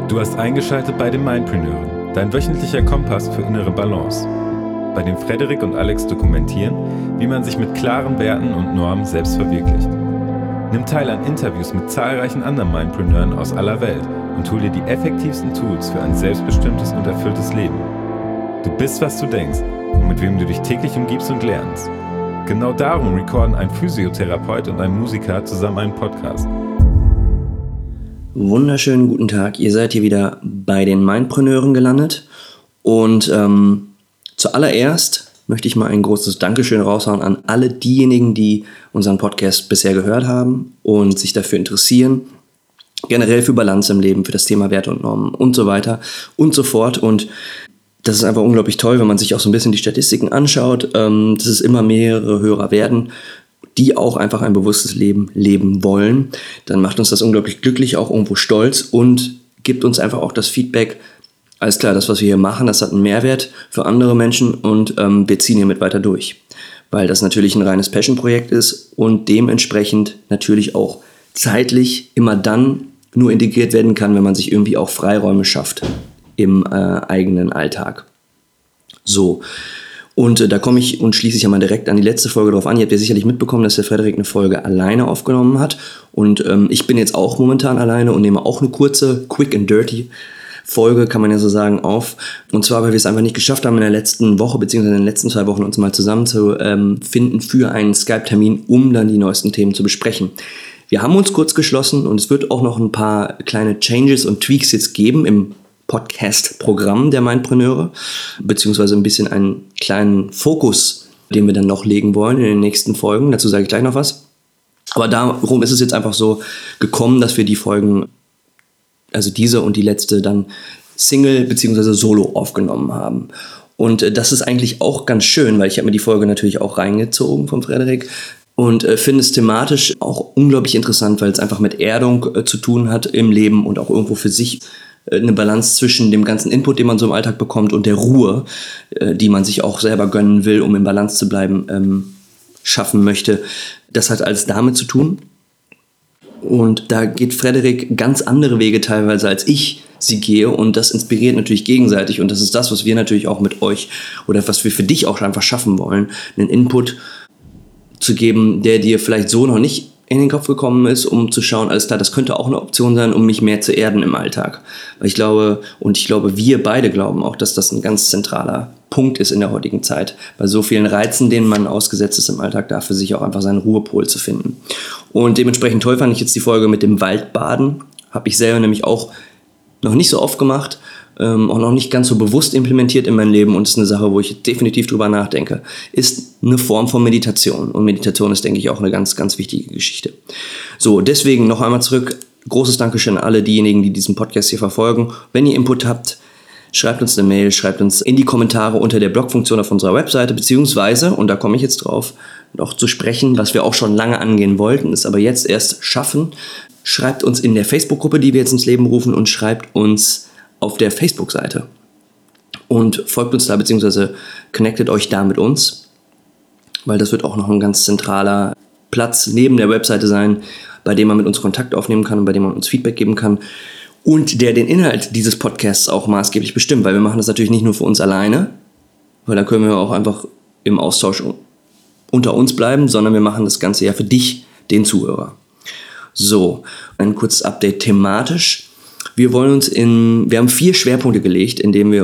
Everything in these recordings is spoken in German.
Du hast eingeschaltet bei den Mindpreneuren, dein wöchentlicher Kompass für innere Balance, bei dem Frederik und Alex dokumentieren, wie man sich mit klaren Werten und Normen selbst verwirklicht. Nimm teil an Interviews mit zahlreichen anderen Mindpreneuren aus aller Welt und hol dir die effektivsten Tools für ein selbstbestimmtes und erfülltes Leben. Du bist, was du denkst und mit wem du dich täglich umgibst und lernst. Genau darum recorden ein Physiotherapeut und ein Musiker zusammen einen Podcast. Wunderschönen guten Tag, ihr seid hier wieder bei den Mindpreneuren gelandet und zuallererst möchte ich mal ein großes Dankeschön raushauen an alle diejenigen, die unseren Podcast bisher gehört haben und sich dafür interessieren, generell für Balance im Leben, für das Thema Werte und Normen und so weiter und so fort. Und das ist einfach unglaublich toll, wenn man sich auch so ein bisschen die Statistiken anschaut, dass es immer mehrere Hörer werden, die auch einfach ein bewusstes Leben leben wollen. Dann macht uns das unglaublich glücklich, auch irgendwo stolz und gibt uns einfach auch das Feedback, alles klar, das, was wir hier machen, das hat einen Mehrwert für andere Menschen und wir ziehen hiermit weiter durch. Weil das natürlich ein reines Passion-Projekt ist und dementsprechend natürlich auch zeitlich immer dann nur integriert werden kann, wenn man sich irgendwie auch Freiräume schafft im eigenen Alltag. So, und da komme ich und schließe ich ja mal direkt an die letzte Folge drauf an. Ihr habt ja sicherlich mitbekommen, dass der Frederik eine Folge alleine aufgenommen hat und ich bin jetzt auch momentan alleine und nehme auch eine kurze, quick and dirty Folge, kann man ja so sagen, auf. Und zwar, weil wir es einfach nicht geschafft haben, in der letzten Woche bzw. in den letzten 2 Wochen uns mal zusammen zu finden für einen Skype-Termin, um dann die neuesten Themen zu besprechen. Wir haben uns kurz geschlossen und es wird auch noch ein paar kleine Changes und Tweaks jetzt geben im Podcast-Programm der Mindpreneure, beziehungsweise ein bisschen einen kleinen Fokus, den wir dann noch legen wollen in den nächsten Folgen. Dazu sage ich gleich noch was. Aber darum ist es jetzt einfach so gekommen, dass wir die Folgen, also diese und die letzte, dann Single bzw. Solo aufgenommen haben. Und das ist eigentlich auch ganz schön, weil ich habe mir die Folge natürlich auch reingezogen vom Frederik und finde es thematisch auch unglaublich interessant, weil es einfach mit Erdung zu tun hat im Leben und auch irgendwo für sich eine Balance zwischen dem ganzen Input, den man so im Alltag bekommt, und der Ruhe, die man sich auch selber gönnen will, um in Balance zu bleiben, schaffen möchte. Das hat alles damit zu tun. Und da geht Frederik ganz andere Wege teilweise, als ich sie gehe. Und das inspiriert natürlich gegenseitig. Und das ist das, was wir natürlich auch mit euch oder was wir für dich auch einfach schaffen wollen, einen Input zu geben, der dir vielleicht so noch nicht in den Kopf gekommen ist, um zu schauen, alles klar, das könnte auch eine Option sein, um mich mehr zu erden im Alltag. Weil ich glaube, wir beide glauben auch, dass das ein ganz zentraler Punkt ist in der heutigen Zeit. Bei so vielen Reizen, denen man ausgesetzt ist im Alltag, da für sich auch einfach seinen Ruhepol zu finden. Und dementsprechend toll fand ich jetzt die Folge mit dem Waldbaden. Habe ich selber nämlich auch noch nicht so oft gemacht, auch noch nicht ganz so bewusst implementiert in mein Leben, und ist eine Sache, wo ich definitiv drüber nachdenke. Ist eine Form von Meditation, und Meditation ist, denke ich, auch eine ganz, ganz wichtige Geschichte. So, deswegen noch einmal zurück, großes Dankeschön an alle diejenigen, die diesen Podcast hier verfolgen. Wenn ihr Input habt, schreibt uns eine Mail, schreibt uns in die Kommentare unter der Blogfunktion auf unserer Webseite, beziehungsweise, und da komme ich jetzt drauf, noch zu sprechen, was wir auch schon lange angehen wollten, ist aber jetzt erst schaffen. Schreibt uns in der Facebook-Gruppe, die wir jetzt ins Leben rufen, und schreibt uns auf der Facebook-Seite und folgt uns da, beziehungsweise connectet euch da mit uns, weil das wird auch noch ein ganz zentraler Platz neben der Webseite sein, bei dem man mit uns Kontakt aufnehmen kann und bei dem man uns Feedback geben kann und der den Inhalt dieses Podcasts auch maßgeblich bestimmt, weil wir machen das natürlich nicht nur für uns alleine, weil da können wir auch einfach im Austausch unter uns bleiben, sondern wir machen das Ganze ja für dich, den Zuhörer. So, ein kurzes Update thematisch. Wir haben 4 Schwerpunkte gelegt, in die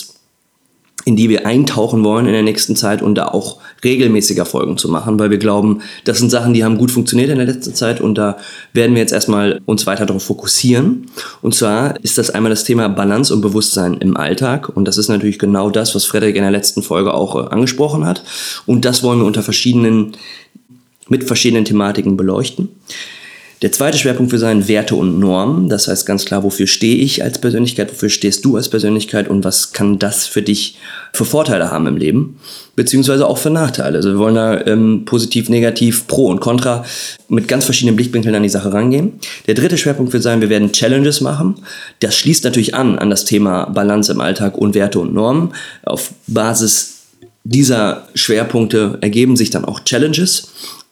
wir eintauchen wollen in der nächsten Zeit und da auch regelmäßiger Folgen zu machen, weil wir glauben, das sind Sachen, die haben gut funktioniert in der letzten Zeit, und da werden wir jetzt erstmal uns weiter darauf fokussieren. Und zwar ist das einmal das Thema Balance und Bewusstsein im Alltag, und das ist natürlich genau das, was Frederik in der letzten Folge auch angesprochen hat, und das wollen wir mit verschiedenen Thematiken beleuchten. Der zweite Schwerpunkt wird sein Werte und Normen. Das heißt ganz klar, wofür stehe ich als Persönlichkeit, wofür stehst du als Persönlichkeit und was kann das für dich für Vorteile haben im Leben, beziehungsweise auch für Nachteile. Also wir wollen da positiv, negativ, pro und contra mit ganz verschiedenen Blickwinkeln an die Sache rangehen. Der dritte Schwerpunkt wird sein, wir werden Challenges machen. Das schließt natürlich an das Thema Balance im Alltag und Werte und Normen. Auf Basis dieser Schwerpunkte ergeben sich dann auch Challenges.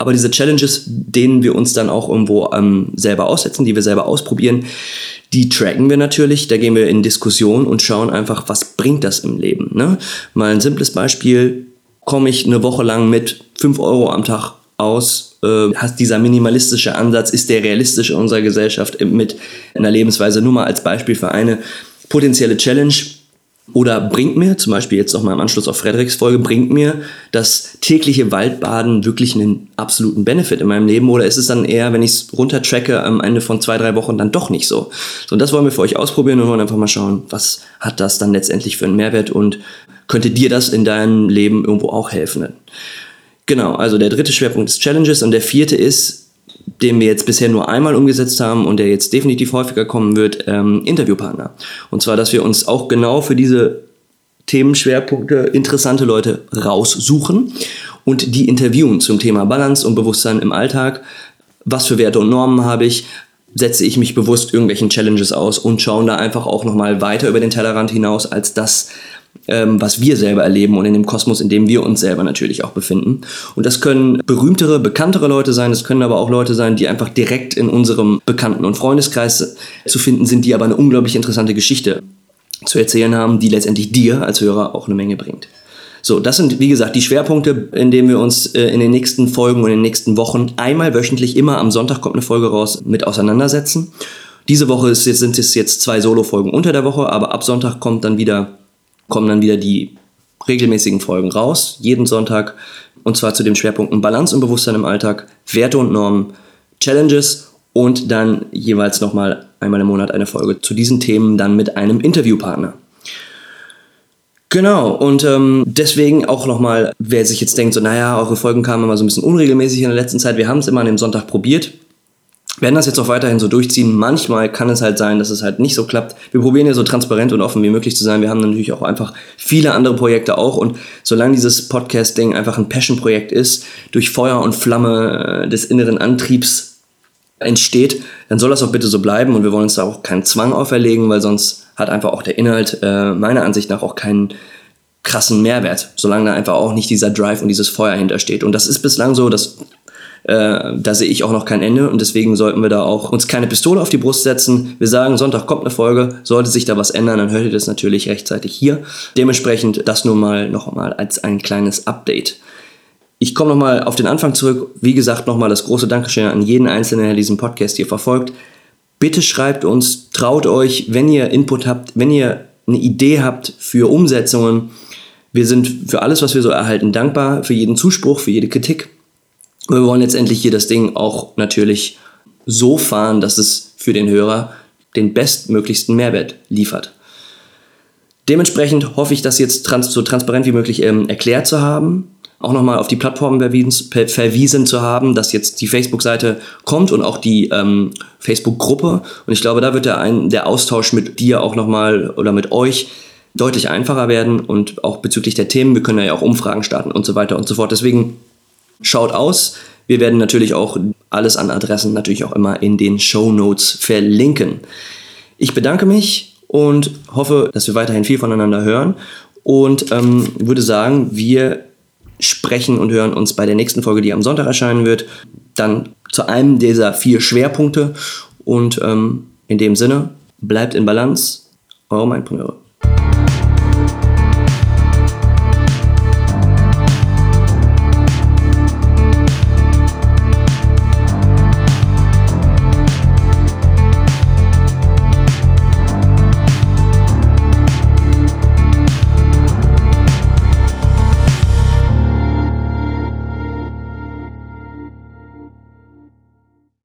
Aber diese Challenges, denen wir uns dann auch irgendwo selber aussetzen, die wir selber ausprobieren, die tracken wir natürlich, da gehen wir in Diskussion und schauen einfach, was bringt das im Leben. Ne? Mal ein simples Beispiel, komme ich eine Woche lang mit 5 Euro am Tag aus, dieser minimalistische Ansatz, ist der realistisch in unserer Gesellschaft mit einer Lebensweise, nur mal als Beispiel für eine potenzielle Challenge. Oder bringt mir, zum Beispiel jetzt nochmal im Anschluss auf Frederiks Folge, bringt mir das tägliche Waldbaden wirklich einen absoluten Benefit in meinem Leben? Oder ist es dann eher, wenn ich es runtertracke, am Ende von 2-3 Wochen dann doch nicht so? So, und das wollen wir für euch ausprobieren und wollen einfach mal schauen, was hat das dann letztendlich für einen Mehrwert und könnte dir das in deinem Leben irgendwo auch helfen? Genau, also der 3. Schwerpunkt ist Challenges und der 4. ist, den wir jetzt bisher nur einmal umgesetzt haben und der jetzt definitiv häufiger kommen wird, Interviewpartner. Und zwar, dass wir uns auch genau für diese Themenschwerpunkte interessante Leute raussuchen und die interviewen zum Thema Balance und Bewusstsein im Alltag. Was für Werte und Normen habe ich? Setze ich mich bewusst irgendwelchen Challenges aus und schauen da einfach auch nochmal weiter über den Tellerrand hinaus als das, was wir selber erleben und in dem Kosmos, in dem wir uns selber natürlich auch befinden. Und das können berühmtere, bekanntere Leute sein, das können aber auch Leute sein, die einfach direkt in unserem Bekannten- und Freundeskreis zu finden sind, die aber eine unglaublich interessante Geschichte zu erzählen haben, die letztendlich dir als Hörer auch eine Menge bringt. So, das sind, wie gesagt, die Schwerpunkte, in denen wir uns in den nächsten Folgen und in den nächsten Wochen einmal wöchentlich, immer am Sonntag kommt eine Folge raus, mit auseinandersetzen. Diese Woche sind es jetzt 2 Solo-Folgen unter der Woche, aber ab Sonntag kommen dann wieder die regelmäßigen Folgen raus, jeden Sonntag, und zwar zu den Schwerpunkten Balance und Bewusstsein im Alltag, Werte und Normen, Challenges und dann jeweils nochmal einmal im Monat eine Folge zu diesen Themen dann mit einem Interviewpartner. Genau, und deswegen auch nochmal, wer sich jetzt denkt, so naja, eure Folgen kamen immer so ein bisschen unregelmäßig in der letzten Zeit, wir haben es immer an dem Sonntag probiert, werden das jetzt auch weiterhin so durchziehen. Manchmal kann es halt sein, dass es halt nicht so klappt. Wir probieren ja so transparent und offen wie möglich zu sein. Wir haben natürlich auch einfach viele andere Projekte auch. Und solange dieses Podcast-Ding einfach ein Passion-Projekt ist, durch Feuer und Flamme des inneren Antriebs entsteht, dann soll das auch bitte so bleiben. Und wir wollen uns da auch keinen Zwang auferlegen, weil sonst hat einfach auch der Inhalt meiner Ansicht nach auch keinen krassen Mehrwert, solange da einfach auch nicht dieser Drive und dieses Feuer hintersteht. Und das ist bislang so, dass da sehe ich auch noch kein Ende und deswegen sollten wir da auch uns keine Pistole auf die Brust setzen. Wir sagen, Sonntag kommt eine Folge, sollte sich da was ändern, dann hört ihr das natürlich rechtzeitig hier. Dementsprechend das nur mal nochmal als ein kleines Update. Ich komme nochmal auf den Anfang zurück. Wie gesagt, nochmal das große Dankeschön an jeden Einzelnen, der diesen Podcast hier verfolgt. Bitte schreibt uns, traut euch, wenn ihr Input habt, wenn ihr eine Idee habt für Umsetzungen. Wir sind für alles, was wir so erhalten, dankbar, für jeden Zuspruch, für jede Kritik. Wir wollen letztendlich hier das Ding auch natürlich so fahren, dass es für den Hörer den bestmöglichsten Mehrwert liefert. Dementsprechend hoffe ich, das jetzt so transparent wie möglich erklärt zu haben, auch nochmal auf die Plattformen verwiesen zu haben, dass jetzt die Facebook-Seite kommt und auch die Facebook-Gruppe. Und ich glaube, da wird der Austausch mit dir auch nochmal oder mit euch deutlich einfacher werden und auch bezüglich der Themen. Wir können ja auch Umfragen starten und so weiter und so fort. Deswegen schaut aus. Wir werden natürlich auch alles an Adressen natürlich auch immer in den Shownotes verlinken. Ich bedanke mich und hoffe, dass wir weiterhin viel voneinander hören und würde sagen, wir sprechen und hören uns bei der nächsten Folge, die am Sonntag erscheinen wird, dann zu einem dieser 4 Schwerpunkte und in dem Sinne, bleibt in Balance, eure Mindpreneure.